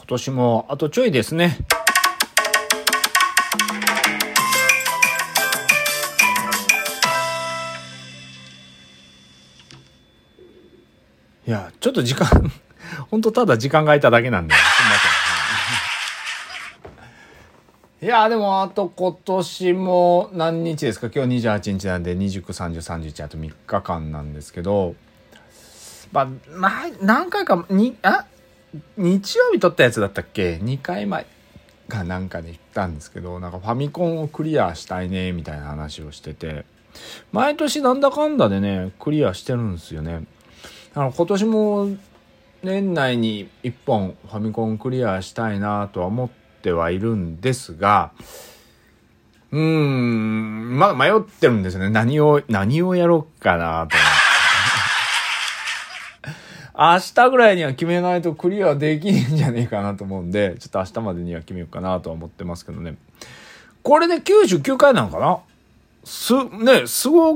年もあとちょいですね。いや、ちょっと時間、本当ただ時間が空いただけなんで、すみません。いや、でもあと今年も何日ですか？今日28日なんで29、30、31あと3日間なんですけど、何回か日曜日撮ったやつだったっけ？2回前かなんかで言ったんですけど、なんかファミコンをクリアしたいねみたいな話をしてて、毎年なんだかんだでねクリアしてるんですよね。今年も年内に1本ファミコンクリアしたいなとは思ってはいるんですが、まだ迷ってるんですよね。何をやろうかなと。明日ぐらいには決めないとクリアできんじゃねえかなと思うんで、ちょっと明日までには決めようかなとは思ってますけどね。これで99回なのかな？すごくない？本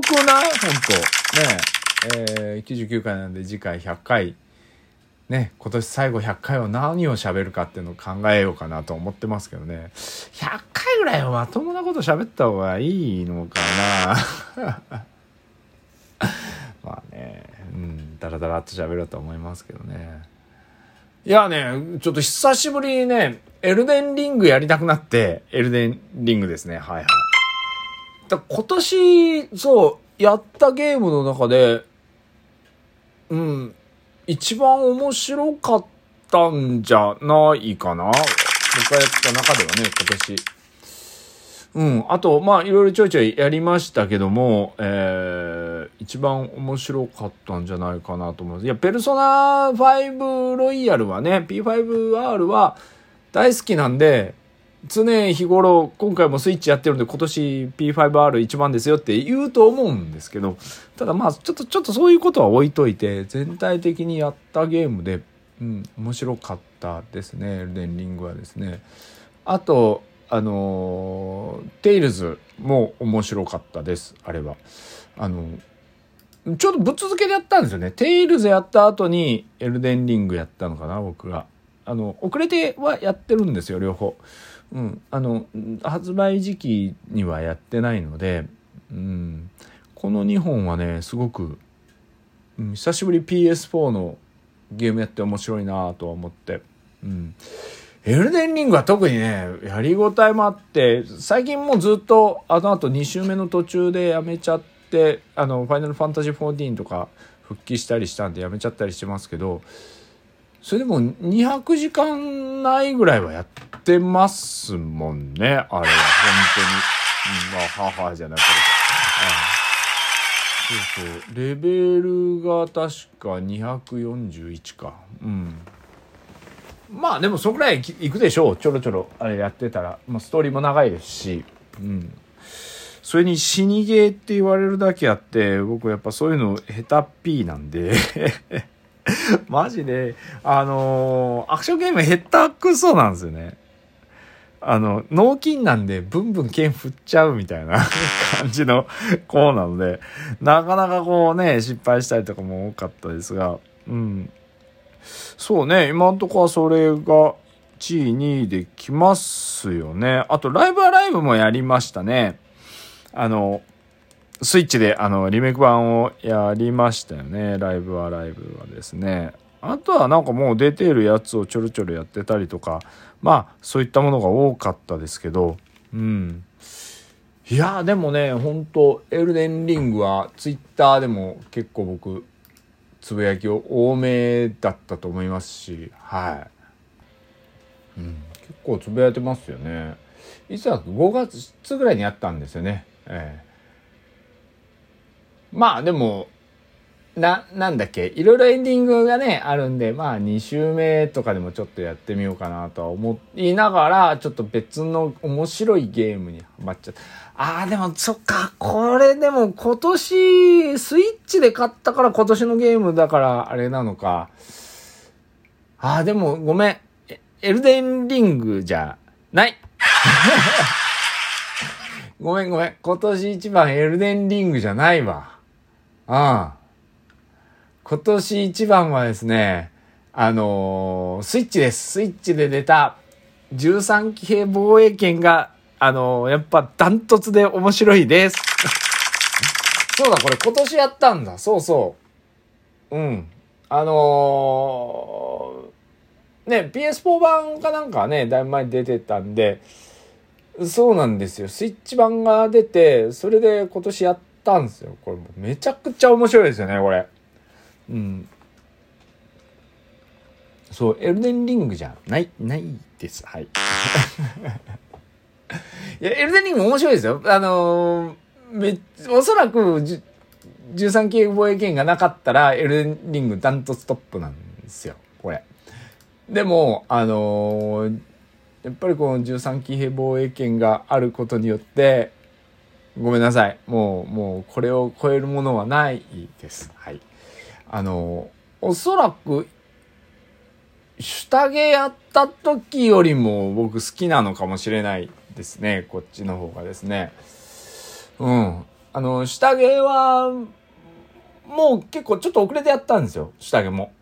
当ね。99回なんで次回100回。ね、今年最後100回は何を喋るかっていうのを考えようかなと思ってますけどね。100回ぐらいはまともなこと喋った方がいいのかな。まあね、だらだらっと喋ろうと思いますけどね。いやね、ちょっと久しぶりにね、エルデンリングやりたくなって、エルデンリングですね。はいはい。今年、そう、やったゲームの中で、一番面白かったんじゃないかな。僕がやった中ではね、今年。あと、いろいろちょいちょいやりましたけども、一番面白かったんじゃないかなと思います。いや、ペルソナ5ロイヤルはね、P5R は大好きなんで、常日頃、今回もスイッチやってるんで、今年 P5R 一番ですよって言うと思うんですけど、ただちょっとそういうことは置いといて、全体的にやったゲームで、面白かったですね、エルデンリングはですね。あと、テイルズも面白かったです、あれは。ちょっとぶっ続けでやったんですよね。テイルズやった後にエルデンリングやったのかな、僕が。遅れてはやってるんですよ、両方。発売時期にはやってないので、この2本はね、すごく、久しぶり PS4 のゲームやって面白いなとは思って、エルデンリングは特にね、やりごたえもあって、最近もうずっとあと2周目の途中でやめちゃって、ファイナルファンタジー14とか復帰したりしたんでやめちゃったりしてますけど、それでも200時間ないぐらいはやってますもんね、あれは本当に。母じゃなくて。そうレベルが確か241か。でもそのくらいいくでしょう。ちょろちょろあれやってたら、ストーリーも長いですし、それに死にゲーって言われるだけあって、僕やっぱそういうの下手っぴーなんでマジでアクションゲーム下手くそなんですよね。脳筋なんでブンブン剣振っちゃうみたいな感じの子なので、なかなかこうね、失敗したりとかも多かったですが、そうね、今のところはそれが1位2位できますよね。あとライブアライブもやりましたね。スイッチでリメイク版をやりましたよね。ライブアライブはですね。あとはなんかもう出ているやつをちょろちょろやってたりとか、そういったものが多かったですけど、いやでもね、本当エルデンリングはツイッターでも結構僕つぶやきを多めだったと思いますし、結構つぶやいてますよね。いつだか5月ぐらいにやったんですよね。でもなんだっけ、いろいろエンディングがねあるんで、2週目とかでもちょっとやってみようかなとは思いながら、ちょっと別の面白いゲームにハマっちゃった。でもそっか、これでも今年スイッチで買ったから今年のゲームだからあれなのか。でもごめん、エルデンリングじゃないごめん、今年一番エルデンリングじゃないわ。今年一番はですね、 スイッチです。スイッチで出た13騎兵防衛権が、やっぱダントツで面白いです。そうだ、これ今年やったんだ。そうそう。うん。ね、PS4 版かなんかはね、だいぶ前に出てたんで、そうなんですよ。スイッチ版が出て、それで今年やったんですよ。これもうめちゃくちゃ面白いですよね、これ。うん。そう、エルデンリングじゃないです。はい。いや、エルデンリング面白いですよ。おそらく、13系防衛権がなかったら、エルデンリングダントツトップなんですよ、これ。でも、やっぱりこの13騎兵防衛権があることによって、ごめんなさい。もう、これを超えるものはないです。はい。おそらく、下着やった時よりも僕好きなのかもしれないですね。こっちの方がですね。うん。下着は、もう結構ちょっと遅れてやったんですよ。下着も。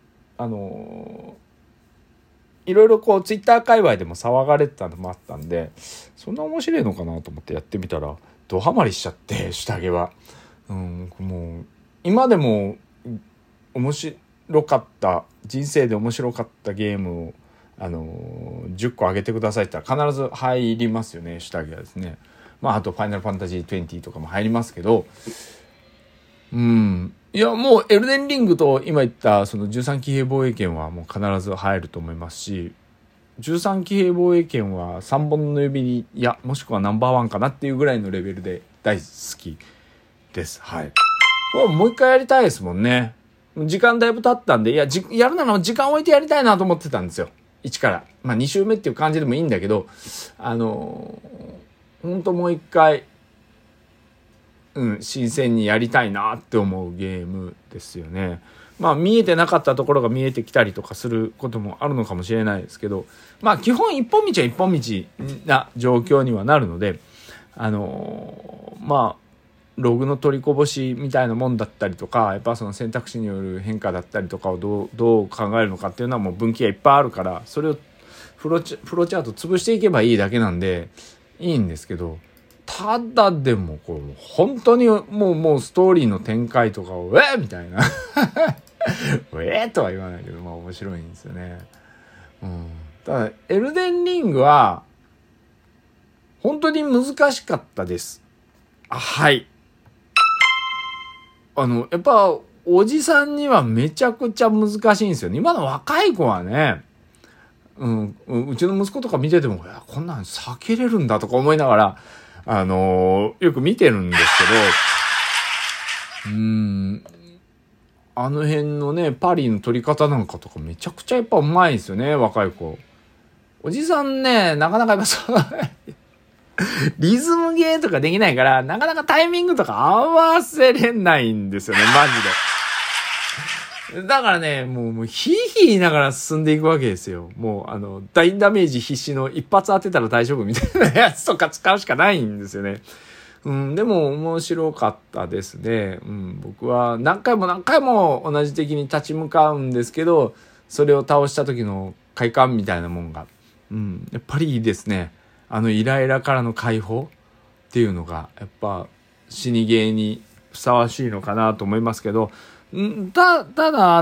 いろいろこうツイッター界隈でも騒がれてたのもあったんで、そんな面白いのかなと思ってやってみたら、ドハマりしちゃって、下着は。もう、今でも面白かった、人生で面白かったゲームを、10個あげてくださいって言ったら必ず入りますよね、下着はですね。まあ、あと、ファイナルファンタジー20とかも入りますけど、いや、もうエルデンリングと今言ったその13騎兵防衛権はもう必ず入ると思いますし、13騎兵防衛権は3本の指に、いや、もしくはナンバーワンかなっていうぐらいのレベルで大好きです。はい。これもう一回やりたいですもんね。時間だいぶ経ったんで、いや、やるなら時間置いてやりたいなと思ってたんですよ。1から。まあ2週目っていう感じでもいいんだけど、ほんともう一回、新鮮にやりたいなって思うゲームですよね。まあ見えてなかったところが見えてきたりとかすることもあるのかもしれないですけど、まあ基本一本道は一本道な状況にはなるので、まあログの取りこぼしみたいなもんだったりとか、やっぱその選択肢による変化だったりとかをどう考えるのかっていうのはもう分岐がいっぱいあるから、それをフロチャート潰していけばいいだけなんでいいんですけど、ただでもこう本当にもうストーリーの展開とかをみたいなとは言わないけど、まあ面白いんですよね。ただエルデンリングは本当に難しかったです。はい。やっぱおじさんにはめちゃくちゃ難しいんですよね。今の若い子はね、うちの息子とか見てても、こんなん避けれるんだとか思いながら、よく見てるんですけど、あの辺のね、パリの取り方なんかとかめちゃくちゃやっぱうまいんですよね、若い子。おじさんね、なかなかやっぱリズムゲーとかできないから、なかなかタイミングとか合わせれないんですよね、マジで。だからね、もうヒーヒー言いながら進んでいくわけですよ。もう大ダメージ必死の一発当てたら大丈夫みたいなやつとか使うしかないんですよね。でも面白かったですね。僕は何回も同じ敵に立ち向かうんですけど、それを倒した時の快感みたいなもんが、やっぱりいいですね。イライラからの解放っていうのが、やっぱ死にゲーにふさわしいのかなと思いますけど、ただ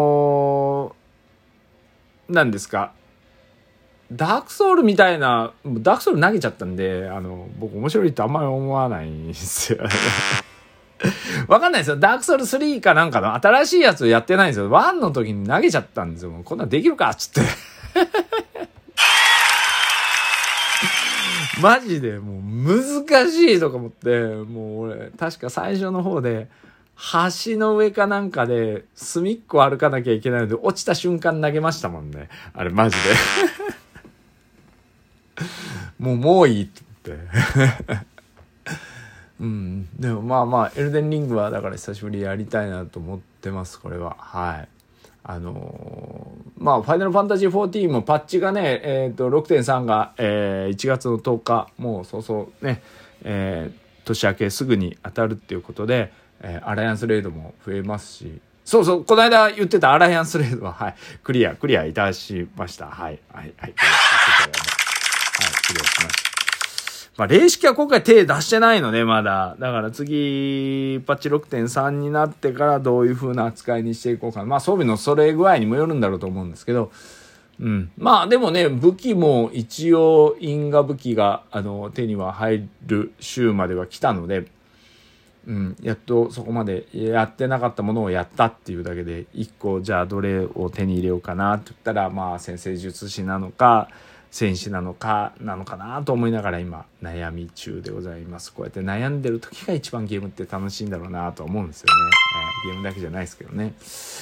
何ですか、ダークソウルみたいな、ダークソウル投げちゃったんで、僕面白いってあんまり思わないんですよ。わかんないですよ。ダークソウル3かなんかの新しいやつをやってないんですよ。1の時に投げちゃったんですよ。もうこんなんできるかっつって。マジでもう難しいとか思って、もう俺、確か最初の方で、橋の上かなんかで隅っこ歩かなきゃいけないので、落ちた瞬間投げましたもんね。あれマジで。もういいって言って。でもまあ、エルデンリングはだから久しぶりやりたいなと思ってます、これは。はい。まあ、ファイナルファンタジー14もパッチがね、6.3 が、1月の10日、もうそうね、年明けすぐに当たるっていうことで、アライアンスレイドも増えますし、 そうそう、この間言ってたアライアンスレードは、はい、クリアいたしました。はい、はい、はい、クリアしました。まあ、霊式は今回手出してないので、まだ。だから次、パッチ 6.3 になってからどういう風な扱いにしていこうかな。まあ、装備のそれ具合にもよるんだろうと思うんですけど、うん。まあ、でもね、武器も一応、因果武器が、手には入る週までは来たので、うん、やっとそこまでやってなかったものをやったっていうだけで、一個、じゃあどれを手に入れようかなって言ったら、まあ、先生術師なのか、戦士なのかなと思いながら今悩み中でございます。こうやって悩んでる時が一番ゲームって楽しいんだろうなと思うんですよね。ゲームだけじゃないですけどね。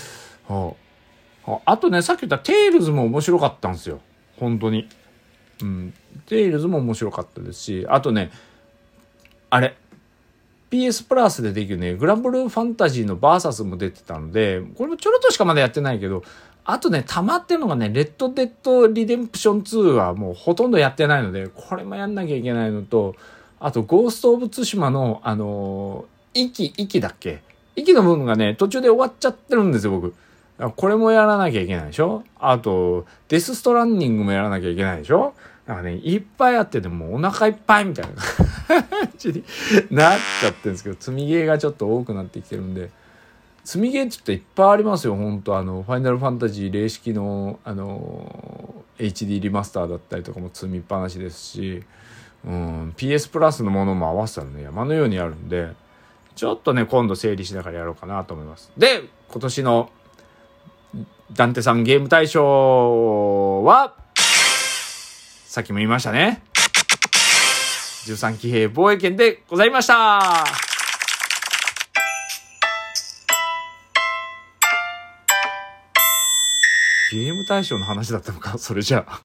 あとね、さっき言ったテイルズも面白かったんですよ。本当に。うん。テイルズも面白かったですし、あとね、あれ、PS プラスでできるね、グランブルーファンタジーのバーサスも出てたので、これもちょろっとしかまだやってないけど、あとね、溜まってるのがね、レッドデッドリデンプション2はもうほとんどやってないので、これもやんなきゃいけないのと、あと、ゴースト・オブ・ツシマの、息だっけ？息の部分がね、途中で終わっちゃってるんですよ、僕。これもやらなきゃいけないでしょ？あと、デス・ストランディングもやらなきゃいけないでしょ？なんかね、いっぱいあっててもうお腹いっぱいみたいな感じになっちゃってるんですけど、積みゲーがちょっと多くなってきてるんで、積みゲーって言っていっぱいありますよ、本当ファイナルファンタジー霊式の、HD リマスターだったりとかも積みっぱなしですし、PS プラスのものも合わせたらね、山のようにあるんで、ちょっとね、今度整理しながらやろうかなと思います。で、今年のダンテさんゲーム大賞は、さっきも言いましたね。13騎兵防衛権でございました。ゲーム大賞の話だったのか、それじゃあ。